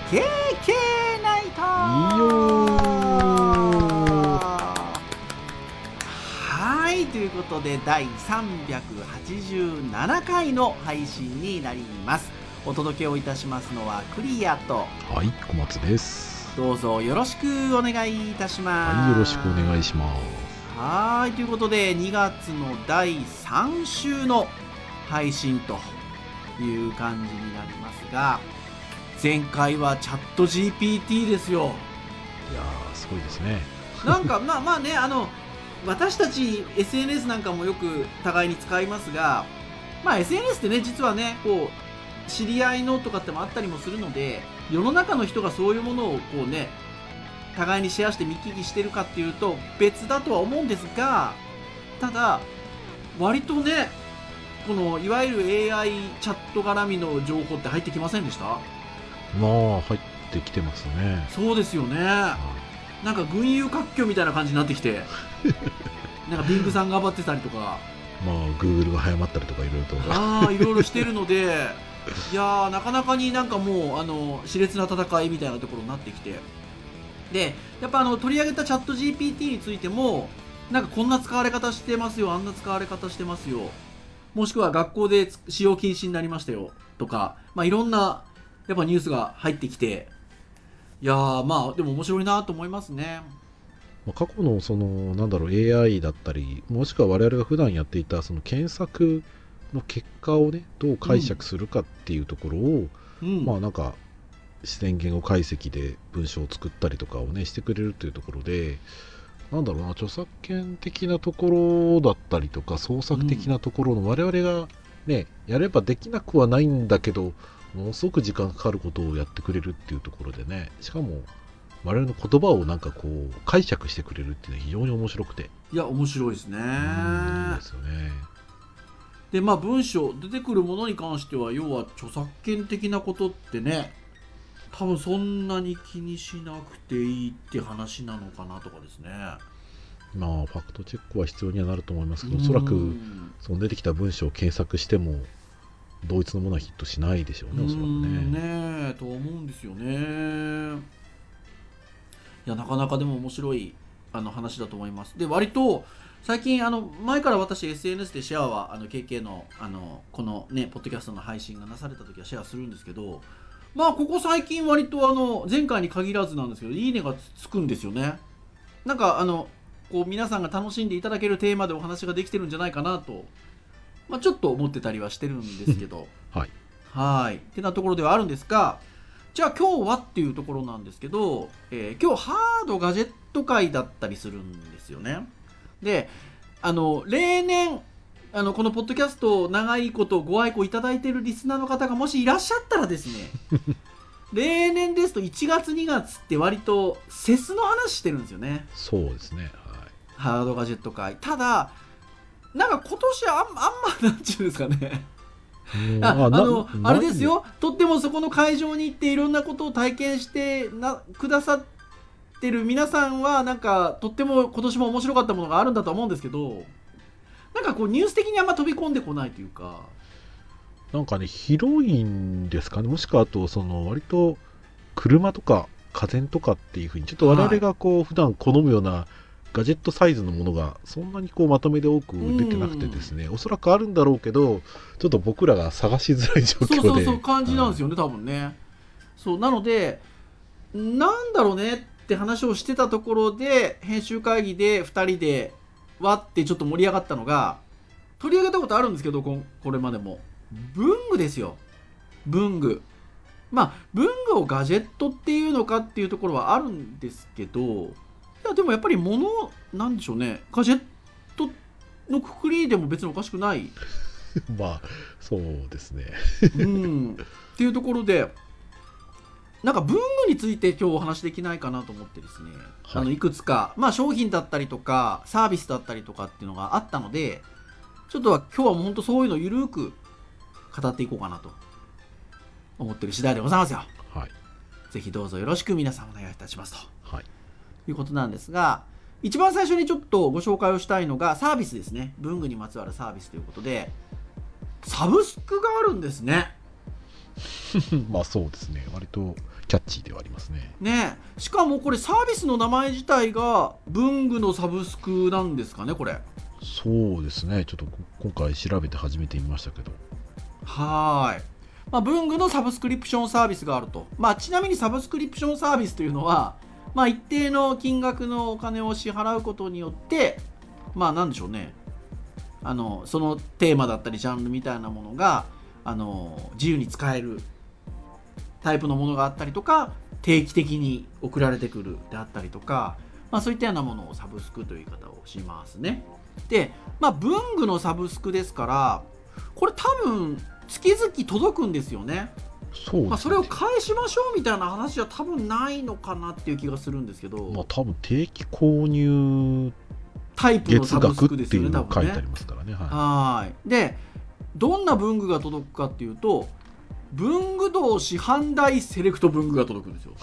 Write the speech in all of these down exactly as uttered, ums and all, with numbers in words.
ケーケー ナイトいいよはい、ということでだいさんびゃくはちじゅうななかいの配信になります。お届けをいたしますのはクリアと、 はい、小松です。 どうぞよろしくお願いいたします。 はい、よろしくお願いします。 はい、ということでにがつのだいさん週の配信という感じになりますが、前回はチャット ジーピーティー ですよ。 いやー、すごいですね。 なんかまあまあね、あの私たち エスエヌエス なんかもよく互いに使いますが、まあ エスエヌエス ってね、実はね、こう知り合いのとかってもあったりもするので、世の中の人がそういうものをこうね、互いにシェアして見聞きしてるかっていうと別だとは思うんですが、ただ割とね、このいわゆる エーアイ チャット絡みの情報って入ってきませんでした？ まあ、入ってきてますね。 そうですよね。なんか群雄割拠みたいな感じになってきてなんかビングさん頑張ってたりとか、 まあ、Google が早まったりとかいろいろと。 ああ、いろいろしてるので、いやー、なかなかになんかもうあの熾烈な戦いみたいなところになってきて、でやっぱあの取り上げたチャット ジーピーティー についても、なんかこんな使われ方してますよ、あんな使われ方してますよ、もしくは学校で使用禁止になりましたよとか、まあ、いろんなやっぱニュースが入ってきて、いやー、まあでも面白いなと思いますね。 まあ過去のそのなんだろう エーアイ だったり、もしくは我々が普段やっていたその検索の結果をね、どう解釈するかっていうところを、 うん、 まあなんか自然言語解析で文章を作ったりとかをねしてくれるっていうところで、なんだろうな、著作権的なところだったりとか創作的なところの我々がね、やればできなくはないんだけど、ものすごく時間かかることをやってくれるっていうところでね、しかも我々の言葉をなんかこう解釈してくれるっていうのは非常に面白くて、 いや面白いですね。 いいですよね。 でまあ文章出てくるものに関しては、要は著作権的なことってね、多分そんなに気にしなくていいって話なのかなとかですね。 まあファクトチェックは必要にはなると思いますけど、おそらくその出てきた文章を検索しても同一のものはヒットしないでしょうね、おそらくね。 ねえと思うんですよね。いやなかなかでも面白いあの話だと思います。で割と最近あの前から私 エスエヌエス でシェアはあの ケーケー の, あのこのねポッドキャストの配信がなされた時はシェアするんですけど、まあここ最近割とあの前回に限らずなんですけど、いいねがつくんですよね。なんかあのこう皆さんが楽しんでいただけるテーマでお話ができてるんじゃないかなと、まあ、ちょっと思ってたりはしてるんですけどはいはいってなところではあるんですが、じゃあ今日はっていうところなんですけど、えー、今日ハードガジェット会だったりするんですよね。であの例年あのこのポッドキャストを長いことご愛顧いただいているリスナーの方がもしいらっしゃったらですね例年ですといちがつにがつって割とセスの話してるんですよね。 そうですね、はい、 ハードガジェット会。ただなんか今年はあんあんまなんちゅうんですかねあ, あのあれですよ、とってもそこの会場に行っていろんなことを体験してなくださってる皆さんはなんかとっても今年も面白かったものがあるんだと思うんですけど、なんかこうニュース的にあんま飛び込んでこないというか、 なんかね広いんですかね、もしくはあとその割と車とか家電とかっていう風にちょっと我々がこう普段好むようなガジェットサイズのものがそんなにこうまとめで多く出てなくてですね、おそらくあるんだろうけどちょっと僕らが探しづらい状況で、 そうそうそう感じなんですよね、はい、多分ね。そうなのでなんだろうねって話をしてたところで、編集会議でふたりでわってちょっと盛り上がったのが、取り上げたことあるんですけど こ, これまでも文具ですよ。文具、まあ文具をガジェットっていうのかっていうところはあるんですけど、いやでもやっぱり物なんでしょうね、ガジェットのくくりでも別におかしくないまあそうですねうんっていうところで、なんか文具について今日お話できないかなと思ってですね、はい、あのいくつか、まあ、商品だったりとかサービスだったりとかっていうのがあったので、ちょっとは今日はもう本当そういうのをゆるく語っていこうかなと思ってる次第でございますよ。 はい、 ぜひどうぞよろしく皆さんお願いいたしますと、 はい、 いうことなんですが、一番最初にちょっとご紹介をしたいのがサービスですね。文具にまつわるサービスということで、サブスクがあるんですね。 まあそうですね、割とキャッチーではありますね。 ね、しかもこれサービスの名前自体が文具のサブスクなんですかね、これ。 そうですね、ちょっと今回調べて初めて見ましたけど。 はーい、まあ、文具のサブスクリプションサービスがあると、まあ、ちなみにサブスクリプションサービスというのは、まあ、一定の金額のお金を支払うことによって、まあなんでしょうね、あのそのテーマだったりジャンルみたいなものがあの自由に使えるタイプのものがあったりとか、定期的に送られてくるであったりとか、まあ、そういったようなものをサブスクという言い方をしますね。で、まあ、文具のサブスクですから、これ多分月々届くんですよね。 そうですね、 まあ、それを返しましょうみたいな話は多分ないのかなっていう気がするんですけど、 まあ、多分定期購入タイプのサブスクですよね、 月額っていうの多分ね。 が書いてありますからね。はい。 はいで、どんな文具が届くかっていうと、文具堂市販代セレクト文具が届くんですよ。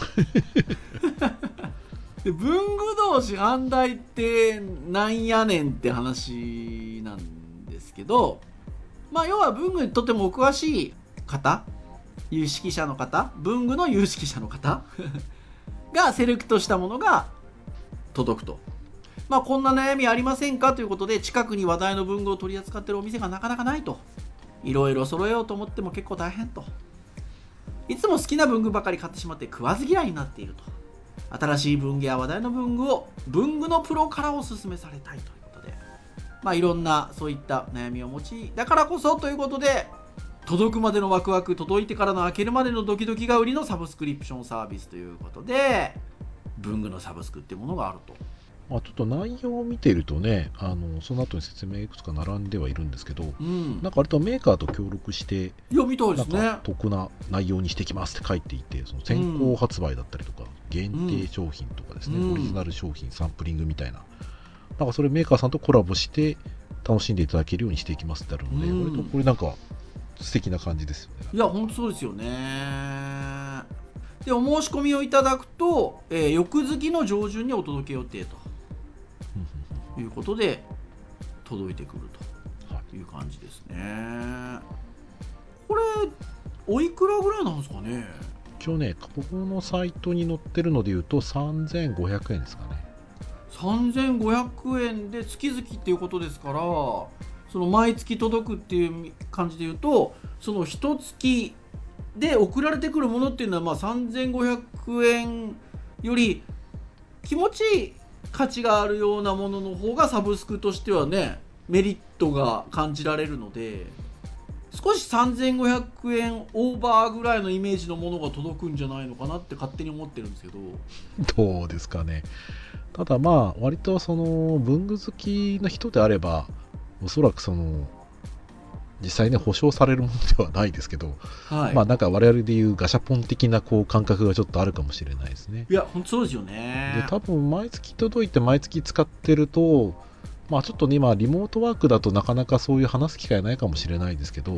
で、文具堂市販代ってなんやねんって話なんですけど、まあ要は文具にとってもお詳しい方、有識者の方、文具の有識者の方がセレクトしたものが届くと。まあこんな悩みありませんかということで、近くに話題の文具を取り扱っているお店がなかなかないと。いろいろ揃えようと思っても結構大変と。いつも好きな文具ばかり買ってしまって食わず嫌いになっていると。新しい文具や話題の文具を文具のプロからおすすめされたいということで、まあいろんなそういった悩みを持ち、だからこそということで、届くまでのワクワク、届いてからの開けるまでのドキドキが売りのサブスクリプションサービスということで、文具のサブスクっていうものがあると。 まあ、ちょっと内容を見ているとね、あのその後に説明いくつか並んではいるんですけど、 うん、 なんか割とメーカーと協力していや、みたいですね。 なんか得な内容にしてきますって書いていて、その先行発売だったりとか、限定商品とかですね、 うん、 オリジナル商品サンプリングみたいな、なんかそれメーカーさんとコラボして楽しんでいただけるようにしていきますってあるので、 うん、 割とこれなんか素敵な感じですよね。 いや、本当そうですよね。で、お申し込みをいただくと、えー、翌月の上旬にお届け予定ということで届いてくるという感じですね。これおいくらぐらいなんですかね。 一応ね、ここのサイトに載ってるのでいうとさんぜんごひゃくえんですかね。 さんぜんごひゃくえんで月々っていうことですから、その毎月届くっていう感じでいうと、その一月で送られてくるものっていうのは、まあさんぜんごひゃくえんより気持ちいい価値があるようなものの方がサブスクとしてはね、メリットが感じられるので、少しさんぜんごひゃくえんオーバーぐらいのイメージのものが届くんじゃないのかなって勝手に思ってるんですけど。 どうですかね。ただまあ割とその文具好きの人であれば、おそらくその実際ね保証されるものではないですけど、 はい、 まあなんか我々でいうガシャポン的なこう感覚がちょっとあるかもしれないですね。 いや、本当そうですよね。 で、多分毎月届いて毎月使ってると、まあちょっとね、今リモートワークだとなかなかそういう話す機会ないかもしれないですけど、 うん、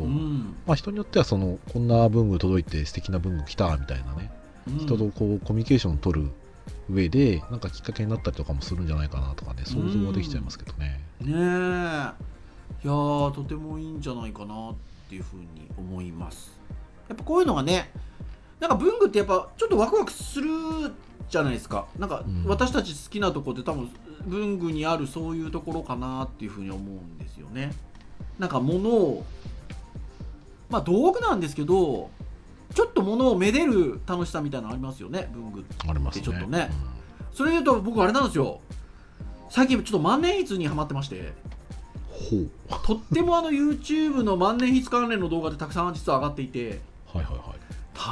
まあ人によってはそのこんな文具届いて素敵な文具来たみたいなね、うん、人とこうコミュニケーションを取る上でなんかきっかけになったりとかもするんじゃないかなとかね、想像はできちゃいますけどね。 うん、ねえ、いやー、とてもいいんじゃないかなっていうふうに思います。やっぱこういうのがね、なんか文具ってやっぱちょっとワクワクするじゃないですか。なんか私たち好きなとこって多分文具にあるそういうところかなっていうふうに思うんですよね。なんか物を、まあ道具なんですけど、ちょっと物をめでる楽しさみたいなのありますよね、文具ってちょっとね。ね、うん、それで言うと僕あれなんですよ。最近ちょっと万年筆にハマってまして。 ほう。 とってもあの YouTube の万年筆関連の動画でたくさん実は上がっていて、 はいはいはい。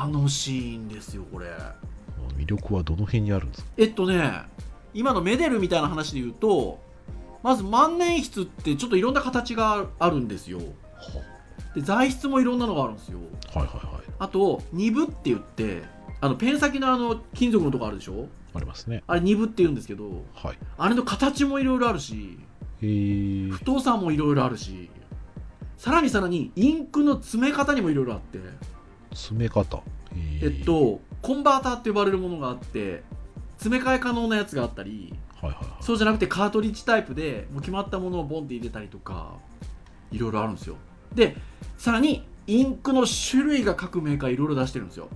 楽しいんですよこれ。 魅力はどの辺にあるんですか。 えっとね、今のメデルみたいな話で言うと、まず万年筆ってちょっといろんな形があるんですよ。で、材質もいろんなのがあるんですよ。 はいはいはい。 あとニブって言って、あのペン先のあの金属のとこあるでしょ。 ありますね。 あれニブって言うんですけど、はい、あれの形もいろいろあるし、 へー、 太さもいろいろあるし、さらにさらにインクの詰め方にもいろいろあって、 詰め方、 えっとコンバーターって呼ばれるものがあって、詰め替え可能なやつがあったり、はいはいはい、そうじゃなくてカートリッジタイプでもう決まったものをボンって入れたりとか、いろいろあるんですよ。で、さらにインクの種類が各メーカーいろいろ出してるんですよ。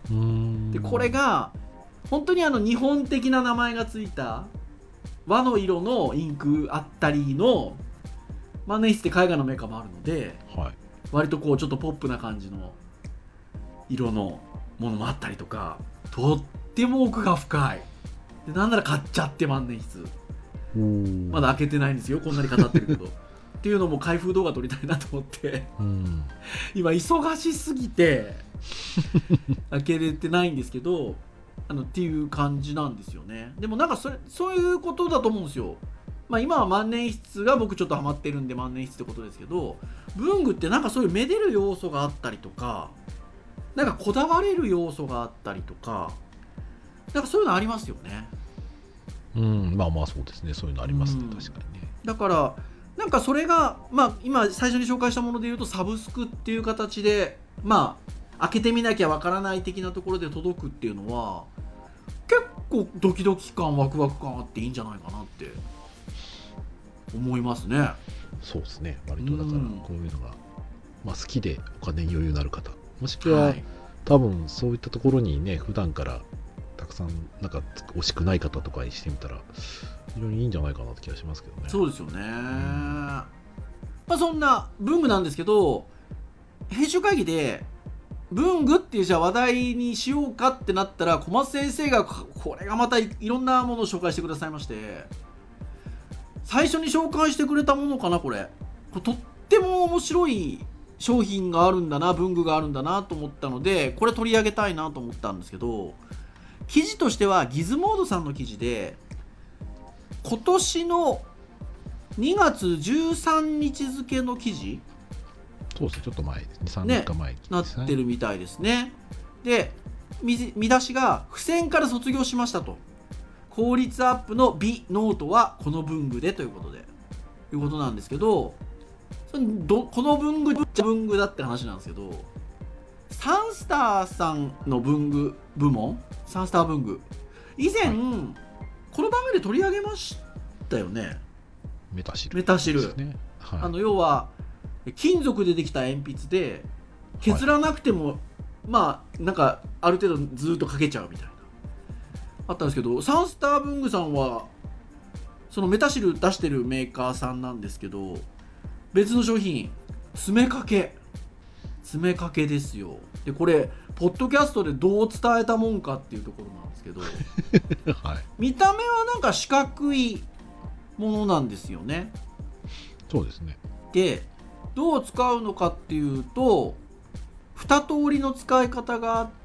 うーんでこれが本当にあの日本的な名前がついた和の色のインクあったりの万年筆って海外のメーカーもあるので、 はい、 割とこうちょっとポップな感じの色のものもあったりとか、とっても奥が深いで、なんなら買っちゃって万年筆おーまだ開けてないんですよ、こんなに語ってるけどっていうのも開封動画撮りたいなと思ってうん今忙しすぎて開けれてないんですけど、あのっていう感じなんですよね。でもなんかそれそういうことだと思うんですよ。まあ今は万年筆が僕ちょっとハマってるんで万年筆ってことですけど、文具ってなんかそういうめでる要素があったりとか、なんかこだわれる要素があったりとか、なんかそういうのありますよね。 うんまあまあそうですね、そういうのありますね、 うん確かにね。 だからなんかそれがまあ今最初に紹介したものでいうとサブスクっていう形でまあ開けてみなきゃわからない的なところで届くっていうのは結構ドキドキ感ワクワク感あっていいんじゃないかなって思いますね。 そうですね、割とだからうんこういうのが、まあ、好きでお金に余裕のある方、もしくは、 はい、 多分そういったところにね普段からたくさんなんか惜しくない方とかにしてみたら非常にいいんじゃないかなって気がしますけどね。 そうですよね。まあそんな文具なんですけど、編集会議で文具っていうじゃあ話題にしようかってなったら小松先生がこれがまたいろんなものを紹介してくださいまして、最初に紹介してくれたものかなこれこれとっても面白い商品があるんだな、文具があるんだなと思ったのでこれ取り上げたいなと思ったんですけど、記事としてはギズモードさんの記事で今年のにがつじゅうさんにち付の記事そうですね、ちょっと前、に、さんみっかまえに、ね、 なってるみたいですね。で、見, 見出しが付箋から卒業しましたと、効率アップの美ノートはこの文具でということでいうことなんですけど、そのどこの文具って文具だって話なんですけど、サンスターさんの文具部門、サンスター文具以前、はい、この番組で取り上げましたよね。 メタシル、 メタシル、 ね、はい、 あの要は金属でできた鉛筆で削らなくても、はい、まあなんかある程度ずっと書けちゃうみたいなあったんですけど、サンスター文具さんはそのメタシル出してるメーカーさんなんですけど、別の商品詰めかけ詰めかけですよ。でこれポッドキャストでどう伝えたもんかっていうところなんですけど、はい、見た目はなんか四角いものなんですよね。 そうですね。 でどう使うのかっていうとに通りの使い方があって、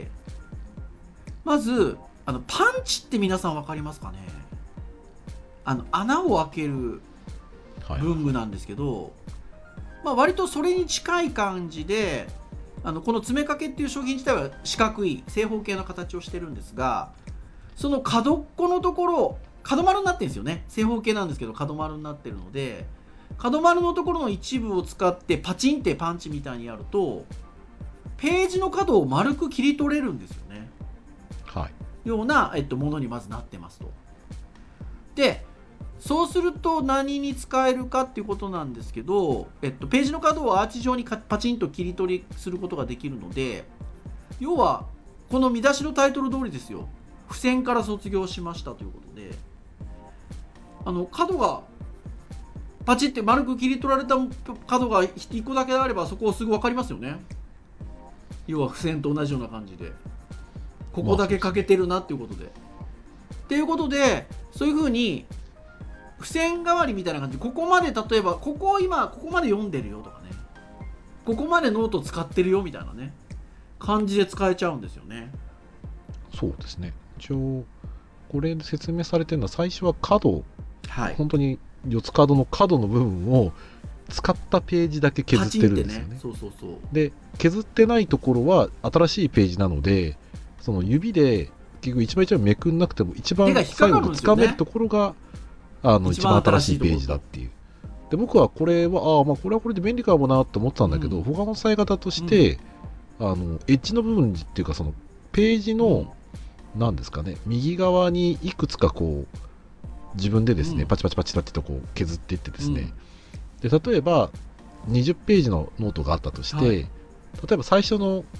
まずあのパンチって皆さん分かりますかね。あの穴を開ける文具なんですけど、はい、まあ、割とそれに近い感じで、あのこの詰めかけっていう商品自体は四角い正方形の形をしてるんですが、その角っこのところ角丸になってるんですよね。正方形なんですけど角丸になってるので、角丸のところの一部を使ってパチンってパンチみたいにやるとページの角を丸く切り取れるんですよね。 はい、 ような、えっと、ものにまずなってますと。でそうすると何に使えるかっていうことなんですけど、えっと、ページの角をアーチ状にパチンと切り取りすることができるので、要はこの見出しのタイトル通りですよ。付箋から卒業しましたということで、あの角がパチって丸く切り取られた角がいっこだけであればそこをすぐ分かりますよね。要は付箋と同じような感じでここだけ欠けてるなっていうことで、っていうことでそういう風に付箋代わりみたいな感じで、ここまで例えばここ今ここまで読んでるよとかね、ここまでノート使ってるよみたいなね感じで使えちゃうんですよね。 そうですね。一応これで説明されてるのは最初は角、はい、本当に四つ角の角の部分を使ったページだけ削ってるんですよね。 そうそうそう。 で削ってないところは新しいページなので、その指で結局一番一番めくんなくても一番最後につかめるところがあの一番新しいページだっていう。で僕はこれはあ、まあ、これはこれで便利かもなって思ってたんだけど、うん、他の使い方として、うん、あのエッジの部分っていうかそのページの何ですかね、右側にいくつかこう自分でですね、うん、パチパチパチだってとこう削っていってですね、うん、で例えばにじゅっページのノートがあったとして、はい、例えば最初の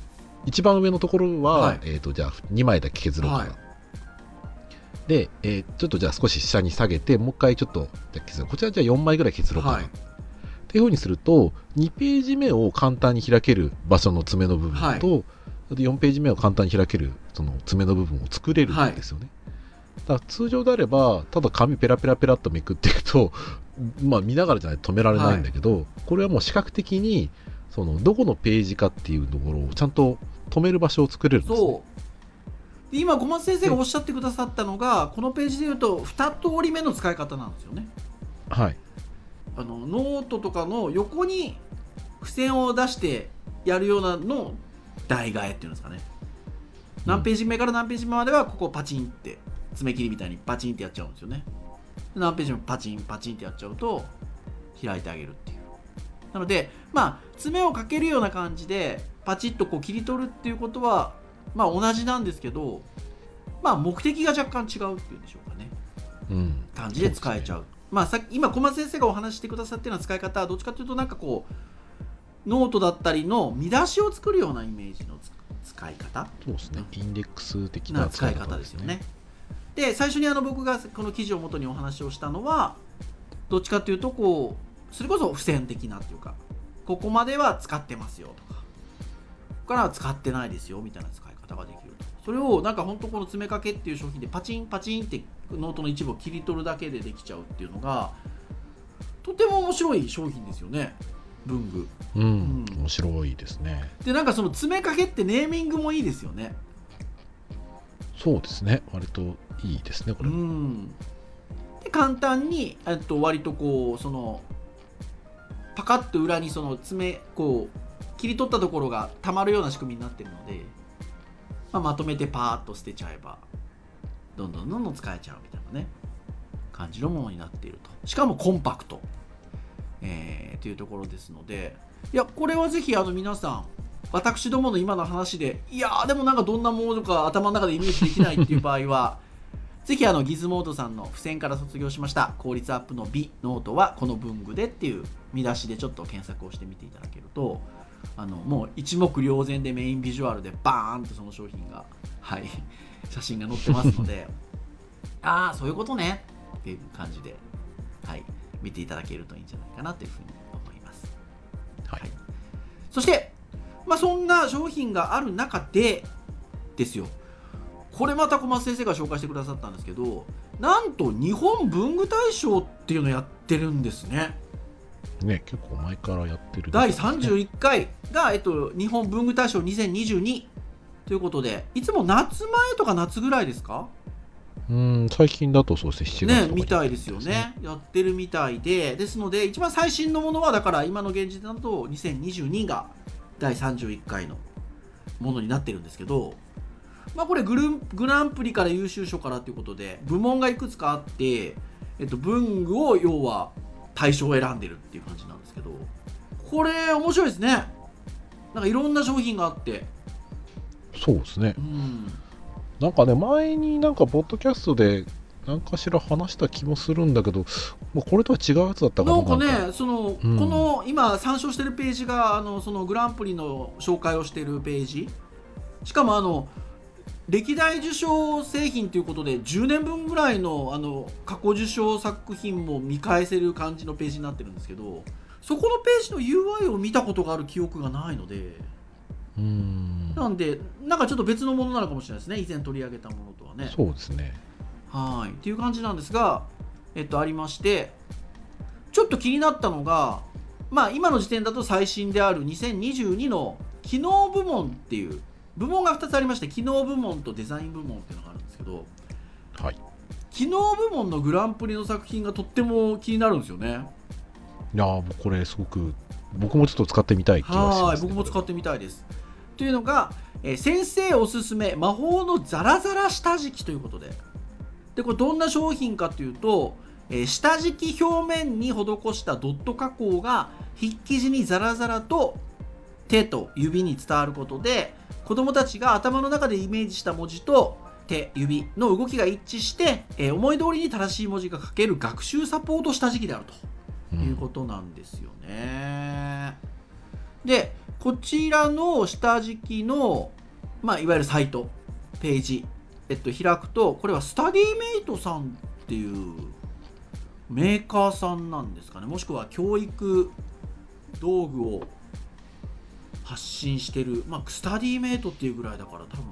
一番上のところは、 はい、 えー、とじゃあにまいだけ削ろうかな、はい、で、えー、ちょっとじゃあ少し下に下げてもう一回ちょっとじゃ削るこちらじゃあよんまいぐらい削ろうかな、はい、っていうふうにするとにページ目を簡単に開ける場所の爪の部分と、はい、よんページ目を簡単に開けるその爪の部分を作れるんですよね、はい、だから通常であればただ紙ペラペラペラっとめくっていくとまあ見ながらじゃないと止められないんだけど、はい、これはもう視覚的にそのどこのページかっていうところをちゃんと止める場所を作れるんですね。 そう今小松先生がおっしゃってくださったのがこのページでいうとに通り目の使い方なんですよね。 はいあのノートとかの横に付箋を出してやるようなのを台替えっていうんですかね、うん、何ページ目から何ページ目まではここをパチンって爪切りみたいにパチンってやっちゃうんですよね。何ページもパチンパチンってやっちゃうと開いてあげるっていう。なのでまあ爪をかけるような感じでパチッとこう切り取るっていうことはまあ同じなんですけど、まあ目的が若干違うっていうんでしょうかね、 うん、 感じで使えちゃう。うまあさっき今小松先生がお話してくださっているような使い方はどっちかというとなんかこうノートだったりの見出しを作るようなイメージの使い方。 そうですね、 うん、 インデックス的な使い方ですよね。で最初にあの僕がこの記事を元にお話をしたのはどっちかというとこうそれこそ付箋的なっていうかここまでは使ってますよとかここからは使ってないですよみたいな使い方ができると。それをなんか本当この詰めかけっていう商品でパチンパチンってノートの一部を切り取るだけでできちゃうっていうのがとても面白い商品ですよね。文具、 うん、うん、面白いですね。 でなんかその詰めかけってネーミングもいいですよね。 そうですね、割といいですねこれ。うん、 で簡単にえっと割とこうそのパカッと裏にその爪こう切り取ったところがたまるような仕組みになってるので、まあ、まとめてパーッと捨てちゃえばどんどんどんどん使えちゃうみたいなね感じのものになっていると。しかもコンパクト、えー、というところですので、いやこれはぜひあの皆さん私どもの今の話でいやーでもなんかどんなものか頭の中でイメージできないっていう場合はぜひあのギズモードさんの付箋から卒業しました効率アップの美ノートはこの文具でっていう見出しでちょっと検索をしてみていただけるとあのもう一目瞭然でメインビジュアルでバーンとその商品が、はい、写真が載ってますのでああそういうことねっていう感じで、はい、見ていただけるといいんじゃないかなというふうに思います、はいはい、そして、まあ、そんな商品がある中でですよこれまた小松先生が紹介してくださったんですけどなんと日本文具大賞っていうのをやってるんですね。 ね、結構前からやってる、ね、 だいさんじゅういっかいが、えっと、日本文具大賞にせんにじゅうにということでいつも夏前とか夏ぐらいですか。 うん最近だとそうですねしちがつとかねみたいですよね。やってるみたいでですので一番最新のものはだから今の現時点だとにせんにじゅうにがだいさんじゅういっかいのものになってるんですけど、まあ、これグルグランプリから優秀賞からということで部門がいくつかあって、えっと、文具を要は大賞を選んでるっていう感じなんですけどこれ面白いですね。なんかいろんな商品があってそうですね、 うん、 なんかね前になんかポッドキャストで何かしら話した気もするんだけど、まあ、これとは違うやつだったかな。 なんかねなんかその、うん、この今参照してるページがあのそのグランプリの紹介をしているページしかもあの歴代受賞製品ということでじゅうねんぶんぐらい の, あの過去受賞作品も見返せる感じのページになってるんですけどそこのページの ユーアイ を見たことがある記憶がないのでうーんなんでなんかちょっと別のものなのかもしれないですね以前取り上げたものとはね。 そうですねはいっていう感じなんですが、えっと、ありましてちょっと気になったのが、まあ、今の時点だと最新であるにせんにじゅうにの機能部門っていう部門がふたつありまして機能部門とデザイン部門っていうのがあるんですけど、 はい、 機能部門のグランプリの作品がとっても気になるんですよね。 いやもうこれすごく僕もちょっと使ってみたい気がします、ね、 はい僕も使ってみたいですというのが、えー、先生おすすめ魔法のザラザラ下敷きということででこれどんな商品かというと、えー、下敷き表面に施したドット加工が筆記時にザラザラと手と指に伝わることで子どもたちが頭の中でイメージした文字と手指の動きが一致して、えー、思い通りに正しい文字が書ける学習サポート下敷きであるということなんですよね、うん、でこちらの下敷きの、まあ、いわゆるサイトページ、えっと、開くとこれはスタディメイトさんっていうメーカーさんなんですかね、もしくは教育道具を発信してる、まあ、スタディメイトっていうぐらいだから多分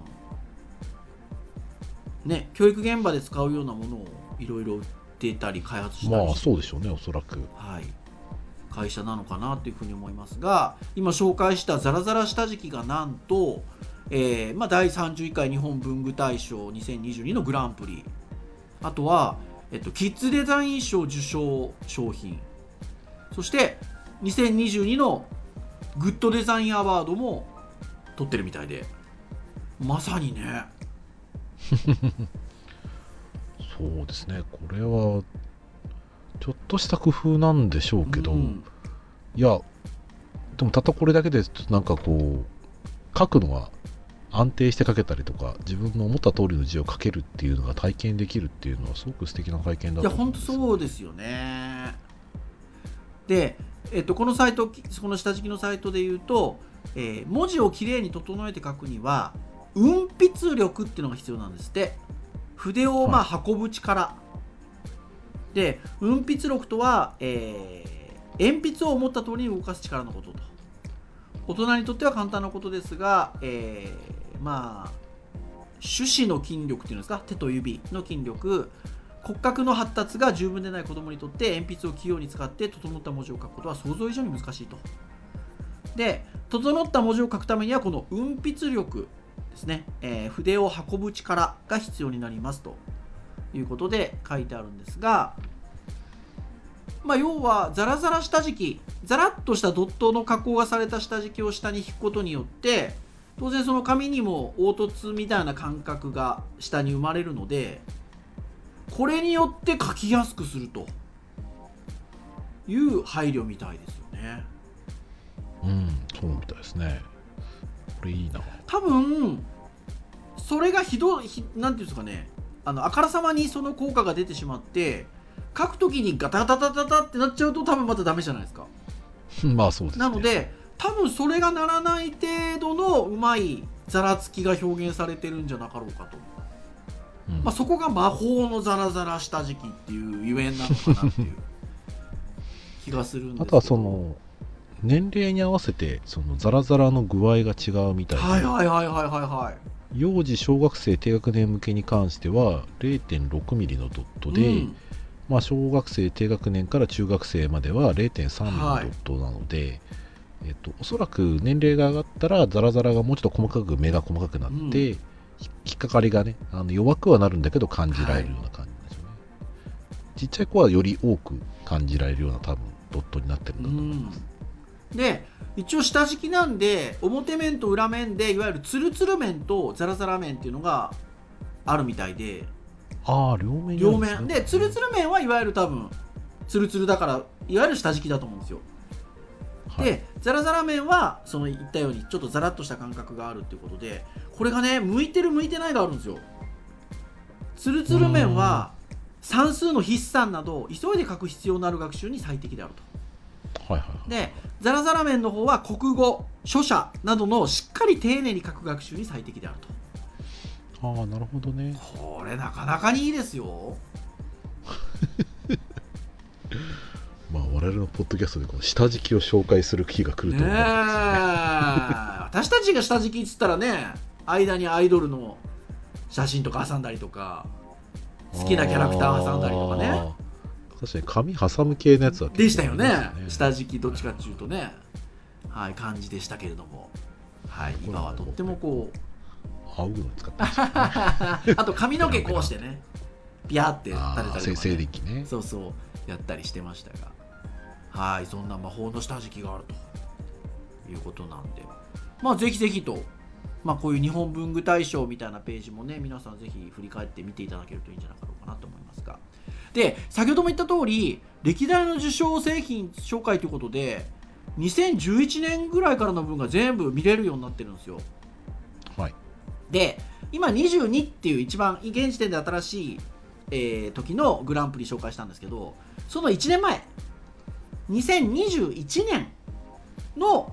ね、教育現場で使うようなものをいろいろ売ってたり開発したりして、 まあそうでしょうね、おそらく。 はい、会社なのかなというふうに思いますが、今紹介したザラザラ下敷きがなんと、えーまあ、だいさんじゅういっかい日本文具大賞にせんにじゅうにのグランプリ、あとは、えっと、キッズデザイン賞受賞商品、そしてにせんにじゅうにのグッドデザインアワードも取ってるみたいで、まさにねそうですね、これはちょっとした工夫なんでしょうけど、うん、いやでもたったこれだけでなんかこう書くのは安定して書けたりとか、自分の思った通りの字を書けるっていうのが体験できるっていうのはすごく素敵な体験だと思うんですよね。 いや本当そうですよね。で、えっと、このサイト、この下敷きのサイトで言うと、えー、文字をきれいに整えて書くには運筆力っていうのが必要なんですって。筆をまあ運ぶ力、はい、で運筆力とは、えー、鉛筆を思った通りに動かす力のことと。大人にとっては簡単なことですが、えー、まあ手指の筋力っていうんですか、手と指の筋力、骨格の発達が十分でない子どもにとって鉛筆を器用に使って整った文字を書くことは想像以上に難しいと。で整った文字を書くためにはこの運筆力ですね、えー、筆を運ぶ力が必要になりますということで書いてあるんですが、まあ、要はザラザラ下敷き、ザラッとしたドットの加工がされた下敷きを下に引くことによって当然その紙にも凹凸みたいな感覚が下に生まれるので、これによって書きやすくするという配慮みたいですよね。 うん、そうみたいですね。これいいな。 多分それがひどい、なんていうんですかね、あのあからさまにその効果が出てしまって書くときにガタガタガタガタってなっちゃうと多分またダメじゃないですか。 まあそうですね。 なので多分それがならない程度のうまいざらつきが表現されてるんじゃなかろうかと、うん、まあ、そこが魔法のザラザラ下敷きっていうゆえんなのかなっていう気がするんですけど、 あとはその年齢に合わせてそのザラザラの具合が違うみたいで、 はいはいはいはいはいはい、 幼児小学生低学年向けに関しては れいてんろくミリのドットで、うん、まあ、小学生低学年から中学生までは れいてんさんミリのドットなので、はい、えっと、おそらく年齢が上がったらザラザラがもうちょっと細かく目が細かくなって、うん、引っかかりがね、あの弱くはなるんだけど感じられるような感じなんですよね、はい、ちっちゃい子はより多く感じられるような多分ドットになってるんだと思います、 うん、で一応下敷きなんで表面と裏面でいわゆるツルツル面とザラザラ面っていうのがあるみたいで、 ああ両面、ね、 両面でツルツル面はいわゆる多分ツルツルだからいわゆる下敷きだと思うんですよ。はい、でザラザラ面はその言ったようにちょっとザラッとした感覚があるっていうことで、これがね向いてる向いてないがあるんですよ。ツルツル面は算数の筆算など急いで書く必要のある学習に最適であると。 はいはいはい、 でザラザラ面の方は国語書写などのしっかり丁寧に書く学習に最適であると。ああなるほどね。 これなかなかにいいですよまあ我々のポッドキャストでこの下敷きを紹介する日が来ると思うんですよね。 私たちが下敷きっつったらね、間にアイドルの写真とか挟んだりとか好きなキャラクター挟んだりとかね。 確かに紙挟む系のやつは、 ね、でしたよね。下敷きどっちかっていうとね、はい、感じでしたけれども、はい、今はとってもこう仰ぐの使ってましたねあと髪の毛こうしてねピヤって立てたりとか、ね、 静電気ね、 そうそうやったりしてましたが、はい、そんな魔法の下敷きがあるということなんで、まあぜひぜひと、まあ、こういう日本文具大賞みたいなページもね皆さんぜひ振り返って見ていただけるといいんじゃなかろうかなと思いますが、で先ほども言った通り歴代の受賞製品紹介ということでにせんじゅういちねんぐらいからの分が全部見れるようになってるんですよ。 はい。 で今にじゅうにっていう一番現時点で新しい、えー、時のグランプリ紹介したんですけど、そのいちねんまえにせんにじゅういちねんの、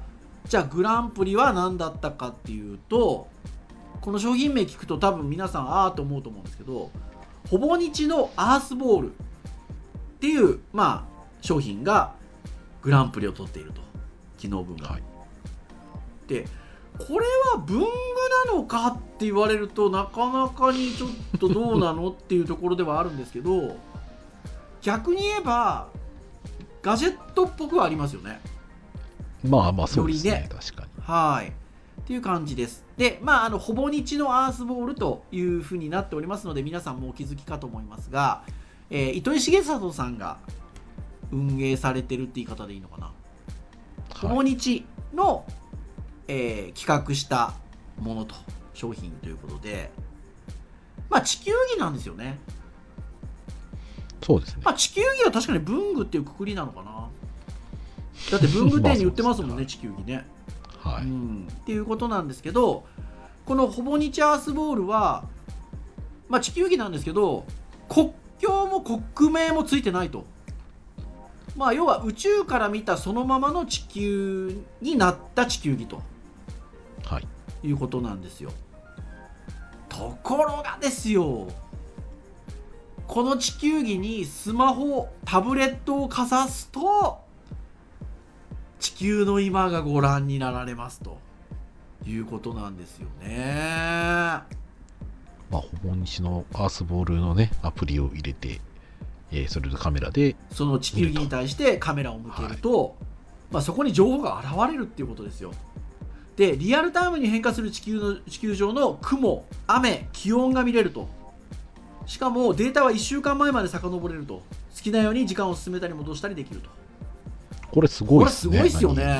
じゃあグランプリは何だったかっていうと、この商品名聞くと多分皆さんあーと思うと思うんですけど、ほぼ日のアースボールっていう、まあ、商品がグランプリを取っていると、機能文が、はい、でこれは文具なのかって言われるとなかなかにちょっとどうなのっていうところではあるんですけど、逆に言えばガジェットっぽくはありますよね。 まあまあそうですね、ね、確かに。 はいっていう感じです。で、まあ、あのほぼ日のアースボールというふうになっておりますので、皆さんもお気づきかと思いますが、えー、糸井重里さんが運営されてるって言い方でいいのかな、はい、ほぼ日の、えー、企画したものと商品ということで、まあ地球儀なんですよね。 そうですね。 まあ、地球儀は確かに文具っていうくくりなのかな。だって文具店に売ってますもんね、地球儀ね。 はい、 うん、っていうことなんですけど、このほぼ日アースボールは、まあ、地球儀なんですけど、国境も国名もついてないと。まあ、要は宇宙から見たそのままの地球になった地球儀と、はい、いうことなんですよ。ところがですよ、この地球儀にスマホ、タブレットをかざすと地球の今がご覧になられますということなんですよね。 まあ、ほぼ日のアースボールのねアプリを入れて、えー、それでカメラでその地球儀に対してカメラを向けると、はい、まあ、そこに情報が現れるっていうことですよ。で、リアルタイムに変化する地球の地球上の雲、雨、気温が見れると。しかもデータはいっしゅうかんまえまで遡れると。好きなように時間を進めたり戻したりできると。 これすごいですね。 これすごいっすよね。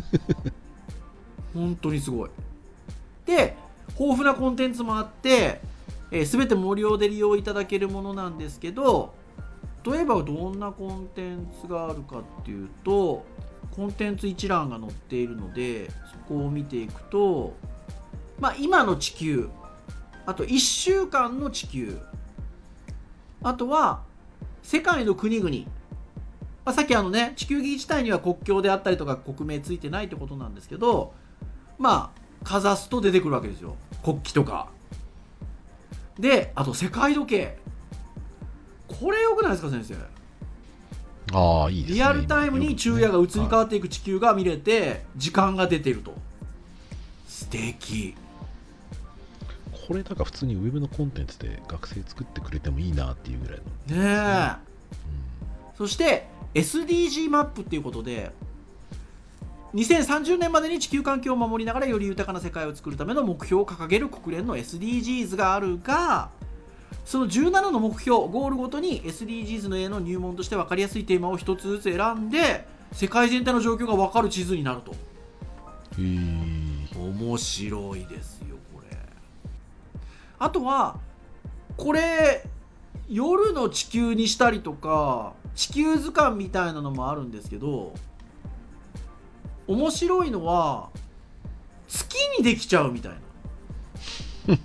本当にすごい。で、豊富なコンテンツもあって、えー、全て無料で利用いただけるものなんですけど、例えばどんなコンテンツがあるかっていうと、コンテンツ一覧が載っているので、そこを見ていくと、まあ、今の地球、あといっしゅうかんの地球、あとは世界の国々、まあ、さっきあのね、地球儀自体には国境であったりとか国名ついてないってことなんですけど、まあかざすと出てくるわけですよ、国旗とかで。あと世界時計、これよくないですか先生。 ああ、いいですね。 リアルタイムに昼夜が移り変わっていく地球が見れて、時間が出てると。素敵。 これなんか普通にウェブのコンテンツで学生作ってくれてもいいなっていうぐらいのねえ、うん、そして エスディージー マップっていうことで、にせんさんじゅうねんまでに地球環境を守りながらより豊かな世界を作るための目標を掲げる国連の エスディージーズ があるが、そのじゅうななの目標ゴールごとに エスディージーズ の絵の入門として分かりやすいテーマを一つずつ選んで、世界全体の状況が分かる地図になると。へー、 面白いですよこれ。あとはこれ夜の地球にしたりとか、地球図鑑みたいなのもあるんですけど、面白いのは月にできちゃうみたいな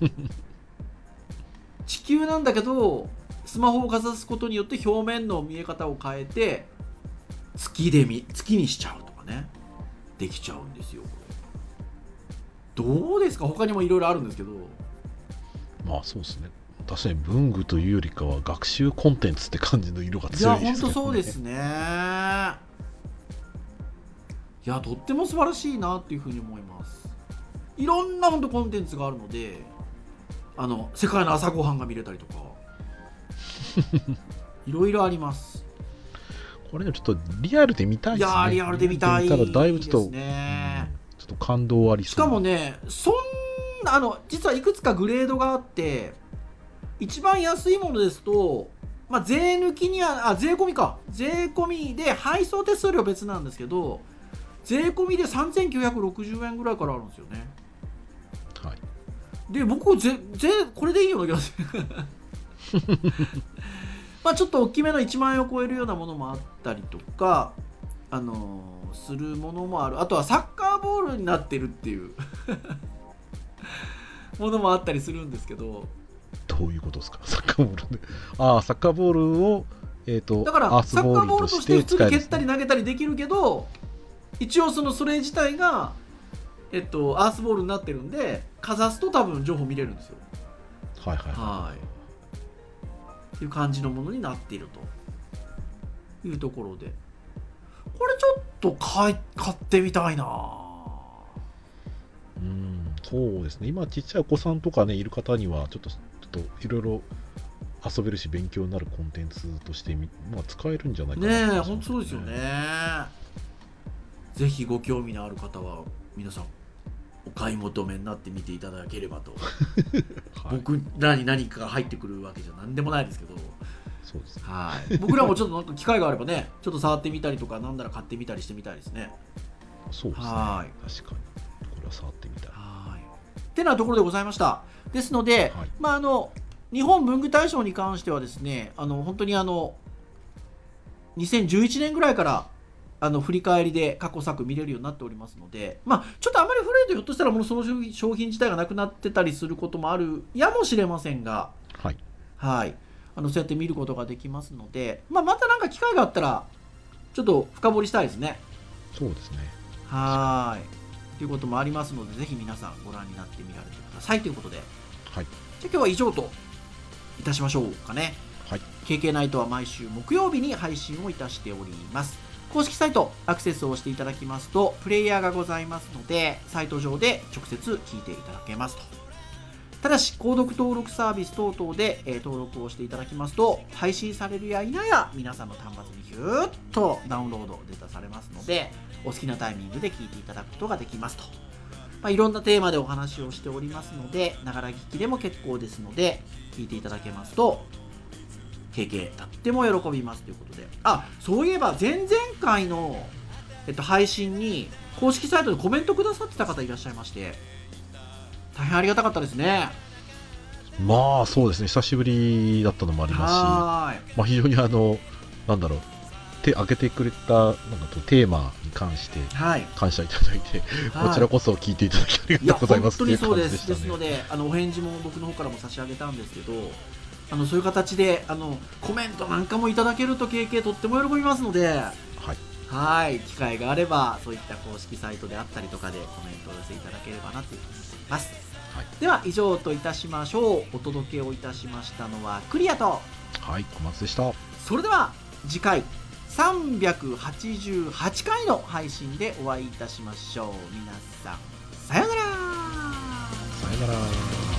地球なんだけどスマホをかざすことによって表面の見え方を変えて月で見月にしちゃうとかね、できちゃうんですよ。どうですか？他にもいろいろあるんですけど。 まあそうですね、確かに文具というよりかは学習コンテンツって感じの色が強いですね。 いや本当そうですね。いやとっても素晴らしいなっていうふうに思います。いろんな本当コンテンツがあるので、あの世界の朝ごはんが見れたりとかいろいろあります。 これちょっとリアルで見たいですね。 いやリアルで見たいですね。 だいぶちょっと、うん、ちょっと感動ありそう。 しかもね、そんなあの実はいくつかグレードがあって、一番安いものですと、まあ、税抜きにはあ税込みか税込みで配送手数料別なんですけど、税込みでさんぜんきゅうひゃくろくじゅうえんぐらいからあるんですよね。 はい。 で僕ぜぜこれでいいような気がするまあちょっと大きめのいちまんえんを超えるようなものもあったりとか、あのー、するものもある。あとはサッカーボールになってるっていうものもあったりするんですけど。 どういうことですか？サッカーボールでああ、サッカーボールを、えーと、 だからサッカーボールとして普通に蹴ったり投げたりできるけど、一応そのそれ自体がえっと、アースボールになってるんで、かざすと多分情報見れるんですよ。 はいはいはい。っていう感じのものになっているというところで、これちょっと買い買ってみたいな。 うん、そうですね。今ちっちゃいお子さんとかねいる方にはちょっとちょっといろいろ遊べるし勉強になるコンテンツとしてみ、まあ、使えるんじゃないかなねえ、本当そうですよね。ぜひご興味のある方は皆さんお買い求めになってみていただければと、はい、僕らに何かが入ってくるわけじゃ何でもないですけど、 そうですね、 はい、僕らもちょっとなんか機会があればねちょっと触ってみたりとか、なんなら買ってみたりしてみたいですね。 そうですね、 はい、 確かにこれは触ってみたい。 はいってなところでございました。ですので、 はい、 まああの日本文具大賞に関してはですね、あの本当にあのにせんじゅういちねんぐらいからあの振り返りで過去作見れるようになっておりますので、まあ、ちょっとあまり古いとひょっとしたらもうその商品自体がなくなってたりすることもあるやもしれませんが、 はい、 はい、あのそうやって見ることができますので、まあ、また何か機会があったらちょっと深掘りしたいですね。 そうですね、 はいということもありますので、ぜひ皆さんご覧になってみられてくださいということで、 はい、 じゃあ今日は以上といたしましょうかね。 はい、 ケーケー ナイトは毎週木曜日に配信をいたしております。公式サイトアクセスをしていただきますとプレイヤーがございますので、サイト上で直接聞いていただけますと。ただし購読登録サービス等々で、えー、登録をしていただきますと、配信されるや否や皆さんの端末にヒューッとダウンロードデータされますので、お好きなタイミングで聞いていただくことができますと。まあ、いろんなテーマでお話をしておりますので、ながら聞きでも結構ですので聞いていただけますとケーケーとっても喜びますということで、あ、そういえば前々回の、えっと、配信に公式サイトでコメントくださってた方いらっしゃいまして、大変ありがたかったですね。 まあそうですね、久しぶりだったのもありますし、 はいまあ、非常にあのなんだろう、手挙げてくれたなんかテーマに関して感謝いただいて、はい、こちらこそ聞いていただきありがとうございますっていう感じでしたね。いや本当にそうです。ですので、あのお返事も僕の方からも差し上げたんですけど、あのそういう形であのコメントなんかもいただけると ケーケー とっても喜びますので、はい、はい機会があればそういった公式サイトであったりとかでコメントを寄せいただければなというふうに思います。はい、では以上といたしましょう。お届けをいたしましたのはクリアと、 はい、小松でした。 それでは次回さんびゃくはちじゅうはちかいの配信でお会いいたしましょう。皆さんさようなら。 さようなら。